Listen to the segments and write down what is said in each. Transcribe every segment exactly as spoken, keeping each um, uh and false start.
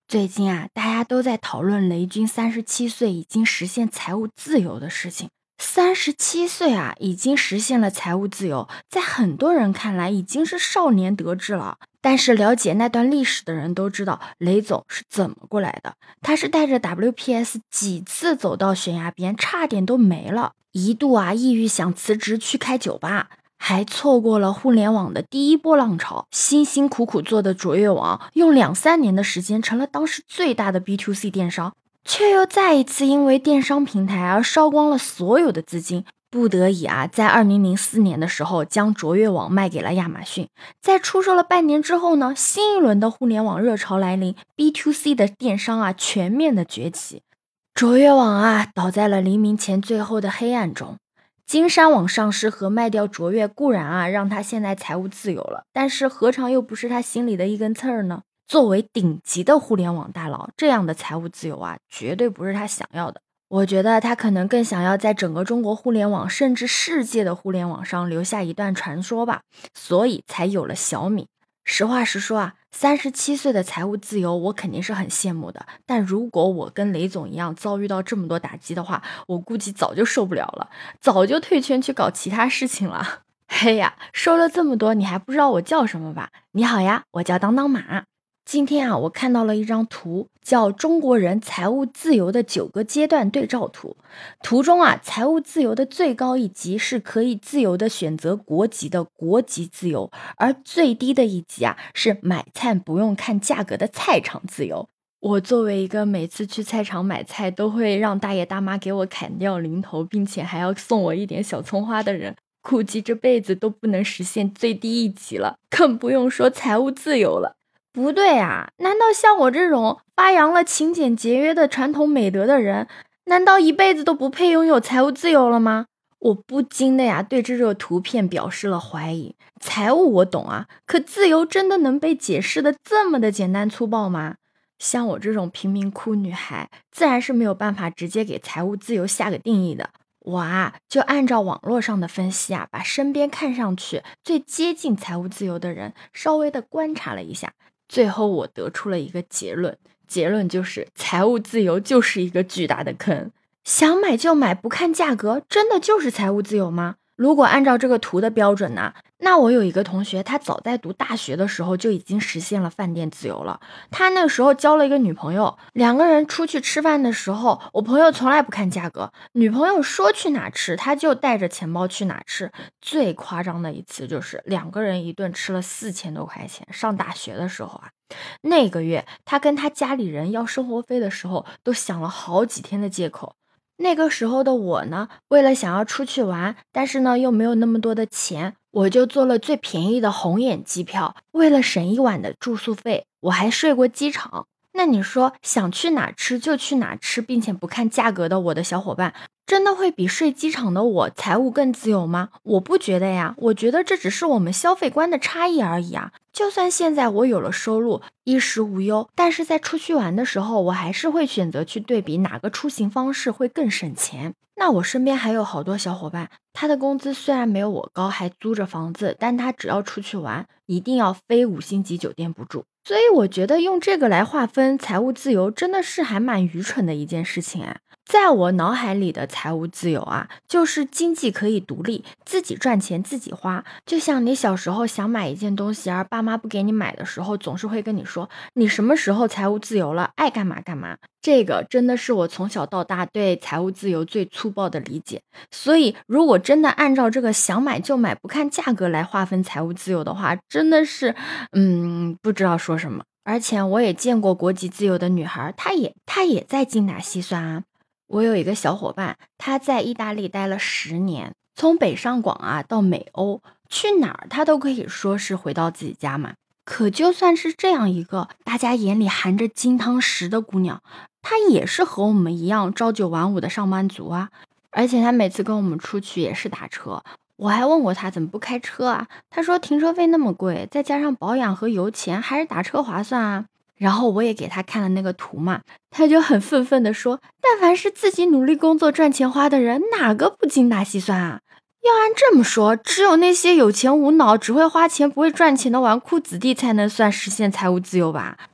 最近啊，大家都在讨论雷军三十七岁已经实现财务自由的事情。三十七岁啊，已经实现了财务自由，在很多人看来已经是少年得志了。但是了解那段历史的人都知道，雷总是怎么过来的。他是带着 W P S 几次走到悬崖边，差点都没了，一度啊抑郁想辞职去开酒吧。还错过了互联网的第一波浪潮，辛辛苦苦做的卓越网，用两三年的时间成了当时最大的 B to C 电商，却又再一次因为电商平台而烧光了所有的资金，不得已啊，在二零零四年的时候将卓越网卖给了亚马逊。在出售了半年之后呢，新一轮的互联网热潮来临， B to C 的电商啊全面的崛起，卓越网啊倒在了黎明前最后的黑暗中。金山网上市和卖掉卓越固然啊让他现在财务自由了，但是何尝又不是他心里的一根刺儿呢？作为顶级的互联网大佬，这样的财务自由啊绝对不是他想要的。我觉得他可能更想要在整个中国互联网甚至世界的互联网上留下一段传说吧，所以才有了小米。实话实说啊，三十七岁的财务自由我肯定是很羡慕的，但如果我跟雷总一样遭遇到这么多打击的话，我估计早就受不了了，早就退圈去搞其他事情了。嘿呀，说了这么多，你还不知道我叫什么吧？你好呀，我叫当当马。今天啊，我看到了一张图，叫中国人财务自由的九个阶段对照图。图中啊，财务自由的最高一级是可以自由的选择国籍的国籍自由，而最低的一级啊，是买菜不用看价格的菜场自由。我作为一个每次去菜场买菜都会让大爷大妈给我砍掉零头，并且还要送我一点小葱花的人，估计这辈子都不能实现最低一级了，更不用说财务自由了。不对啊，难道像我这种发扬了勤俭节约的传统美德的人，难道一辈子都不配拥有财务自由了吗？我不禁的呀对这个图片表示了怀疑。财务我懂啊，可自由真的能被解释的这么的简单粗暴吗？像我这种贫民窟女孩，自然是没有办法直接给财务自由下个定义的。我啊，就按照网络上的分析啊，把身边看上去最接近财务自由的人稍微的观察了一下，最后我得出了一个结论，结论就是财务自由就是一个巨大的坑。想买就买，不看价格，真的就是财务自由吗？如果按照这个图的标准呢，那我有一个同学，他早在读大学的时候就已经实现了饭店自由了。他那个时候交了一个女朋友，两个人出去吃饭的时候，我朋友从来不看价格，女朋友说去哪吃，他就带着钱包去哪吃。最夸张的一次就是两个人一顿吃了四千多块钱。上大学的时候啊，那个月他跟他家里人要生活费的时候，都想了好几天的借口。那个时候的我呢，为了想要出去玩，但是呢又没有那么多的钱，我就做了最便宜的红眼机票，为了省一晚的住宿费，我还睡过机场。那你说想去哪吃就去哪吃，并且不看价格的我的小伙伴，真的会比睡机场的我财务更自由吗？我不觉得呀，我觉得这只是我们消费观的差异而已啊。就算现在我有了收入，衣食无忧，但是在出去玩的时候，我还是会选择去对比哪个出行方式会更省钱。那我身边还有好多小伙伴，他的工资虽然没有我高，还租着房子，但他只要出去玩，一定要非五星级酒店不住。所以我觉得用这个来划分财务自由，真的是还蛮愚蠢的一件事情啊。在我脑海里的财务自由啊，就是经济可以独立，自己赚钱自己花。就像你小时候想买一件东西，而爸妈不给你买的时候，总是会跟你说，你什么时候财务自由了，爱干嘛干嘛。这个真的是我从小到大对财务自由最粗暴的理解。所以如果真的按照这个想买就买，不看价格来划分财务自由的话，真的是嗯，不知道说什么。而且我也见过国籍自由的女孩，她也她也在精打细算啊。我有一个小伙伴，他在意大利待了十年，从北上广啊到美欧，去哪儿他都可以说是回到自己家嘛。可就算是这样一个大家眼里含着金汤匙的姑娘，她也是和我们一样朝九晚五的上班族啊。而且她每次跟我们出去也是打车，我还问过她怎么不开车啊，她说停车费那么贵，再加上保养和油钱，还是打车划算啊。然后我也给他看了那个图嘛，他就很愤愤地说，但凡是自己努力工作赚钱花的人，哪个不精打细算啊？要按这么说，只有那些有钱无脑只会花钱不会赚钱的纨绔子弟才能算实现财务自由吧。他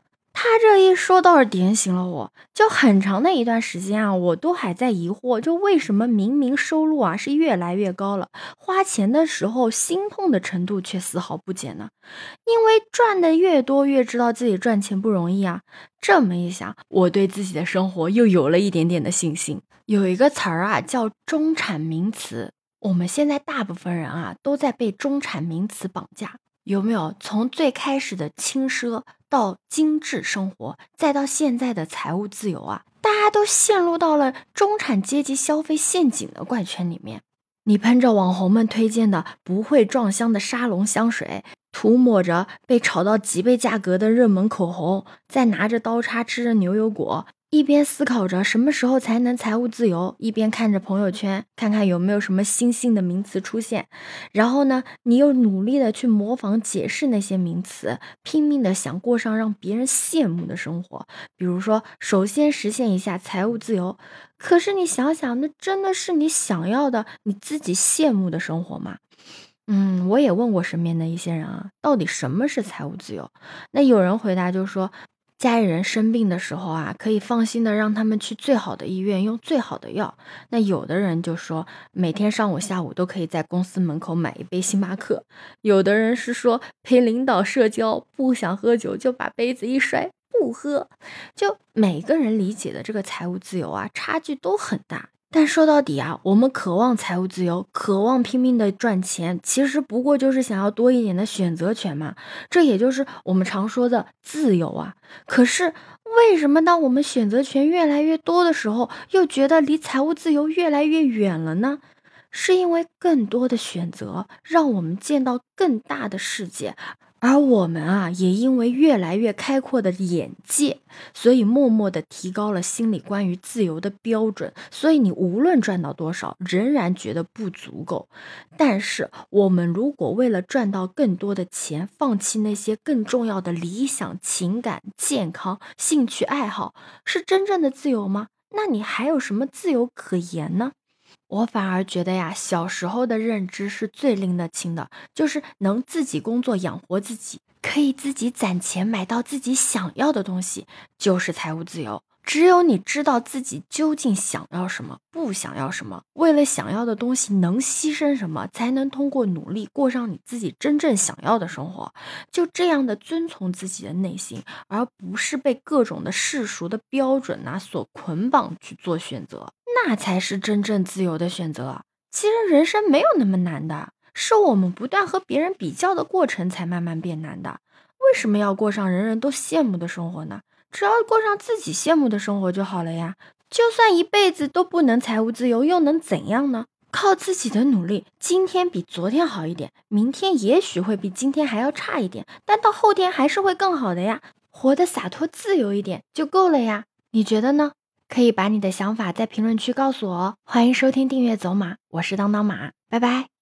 他这一说倒是点醒了我，就很长的一段时间啊，我都还在疑惑，就为什么明明收入啊是越来越高了，花钱的时候心痛的程度却丝毫不减呢？因为赚的越多，越知道自己赚钱不容易啊。这么一想，我对自己的生活又有了一点点的信心。有一个词儿啊，叫中产名词。我们现在大部分人啊，都在被中产名词绑架。有没有从最开始的轻奢到精致生活，再到现在的财务自由啊，大家都陷入到了中产阶级消费陷阱的怪圈里面。你喷着网红们推荐的不会撞香的沙龙香水，涂抹着被炒到几倍价格的热门口红，再拿着刀叉吃着牛油果，一边思考着什么时候才能财务自由，一边看着朋友圈，看看有没有什么新兴的名词出现。然后呢，你又努力的去模仿解释那些名词，拼命的想过上让别人羡慕的生活。比如说，首先实现一下财务自由。可是你想想，那真的是你想要的、你自己羡慕的生活吗？嗯，我也问过身边的一些人啊，到底什么是财务自由？那有人回答就说，家里人生病的时候啊，可以放心的让他们去最好的医院用最好的药。那有的人就说，每天上午下午都可以在公司门口买一杯星巴克。有的人是说，陪领导社交，不想喝酒就把杯子一摔，不喝。就每个人理解的这个财务自由啊，差距都很大。但说到底啊，我们渴望财务自由，渴望拼命的赚钱，其实不过就是想要多一点的选择权嘛。这也就是我们常说的自由啊。可是为什么当我们选择权越来越多的时候，又觉得离财务自由越来越远了呢？是因为更多的选择让我们见到更大的世界，而我们啊，也因为越来越开阔的眼界，所以默默地提高了心里关于自由的标准。所以你无论赚到多少，仍然觉得不足够。但是我们如果为了赚到更多的钱，放弃那些更重要的理想、情感、健康、兴趣爱好，是真正的自由吗？那你还有什么自由可言呢？我反而觉得呀，小时候的认知是最拎得清的，就是能自己工作养活自己，可以自己攒钱买到自己想要的东西，就是财务自由。只有你知道自己究竟想要什么，不想要什么，为了想要的东西能牺牲什么，才能通过努力过上你自己真正想要的生活。就这样的遵从自己的内心，而不是被各种的世俗的标准啊所捆绑去做选择。那才是真正自由的选择。其实人生没有那么难的，是我们不断和别人比较的过程才慢慢变难的。为什么要过上人人都羡慕的生活呢？只要过上自己羡慕的生活就好了呀。就算一辈子都不能财务自由，又能怎样呢？靠自己的努力，今天比昨天好一点，明天也许会比今天还要差一点，但到后天还是会更好的呀。活得洒脱自由一点就够了呀。你觉得呢？可以把你的想法在评论区告诉我哦。欢迎收听订阅走马，我是当当马，拜拜。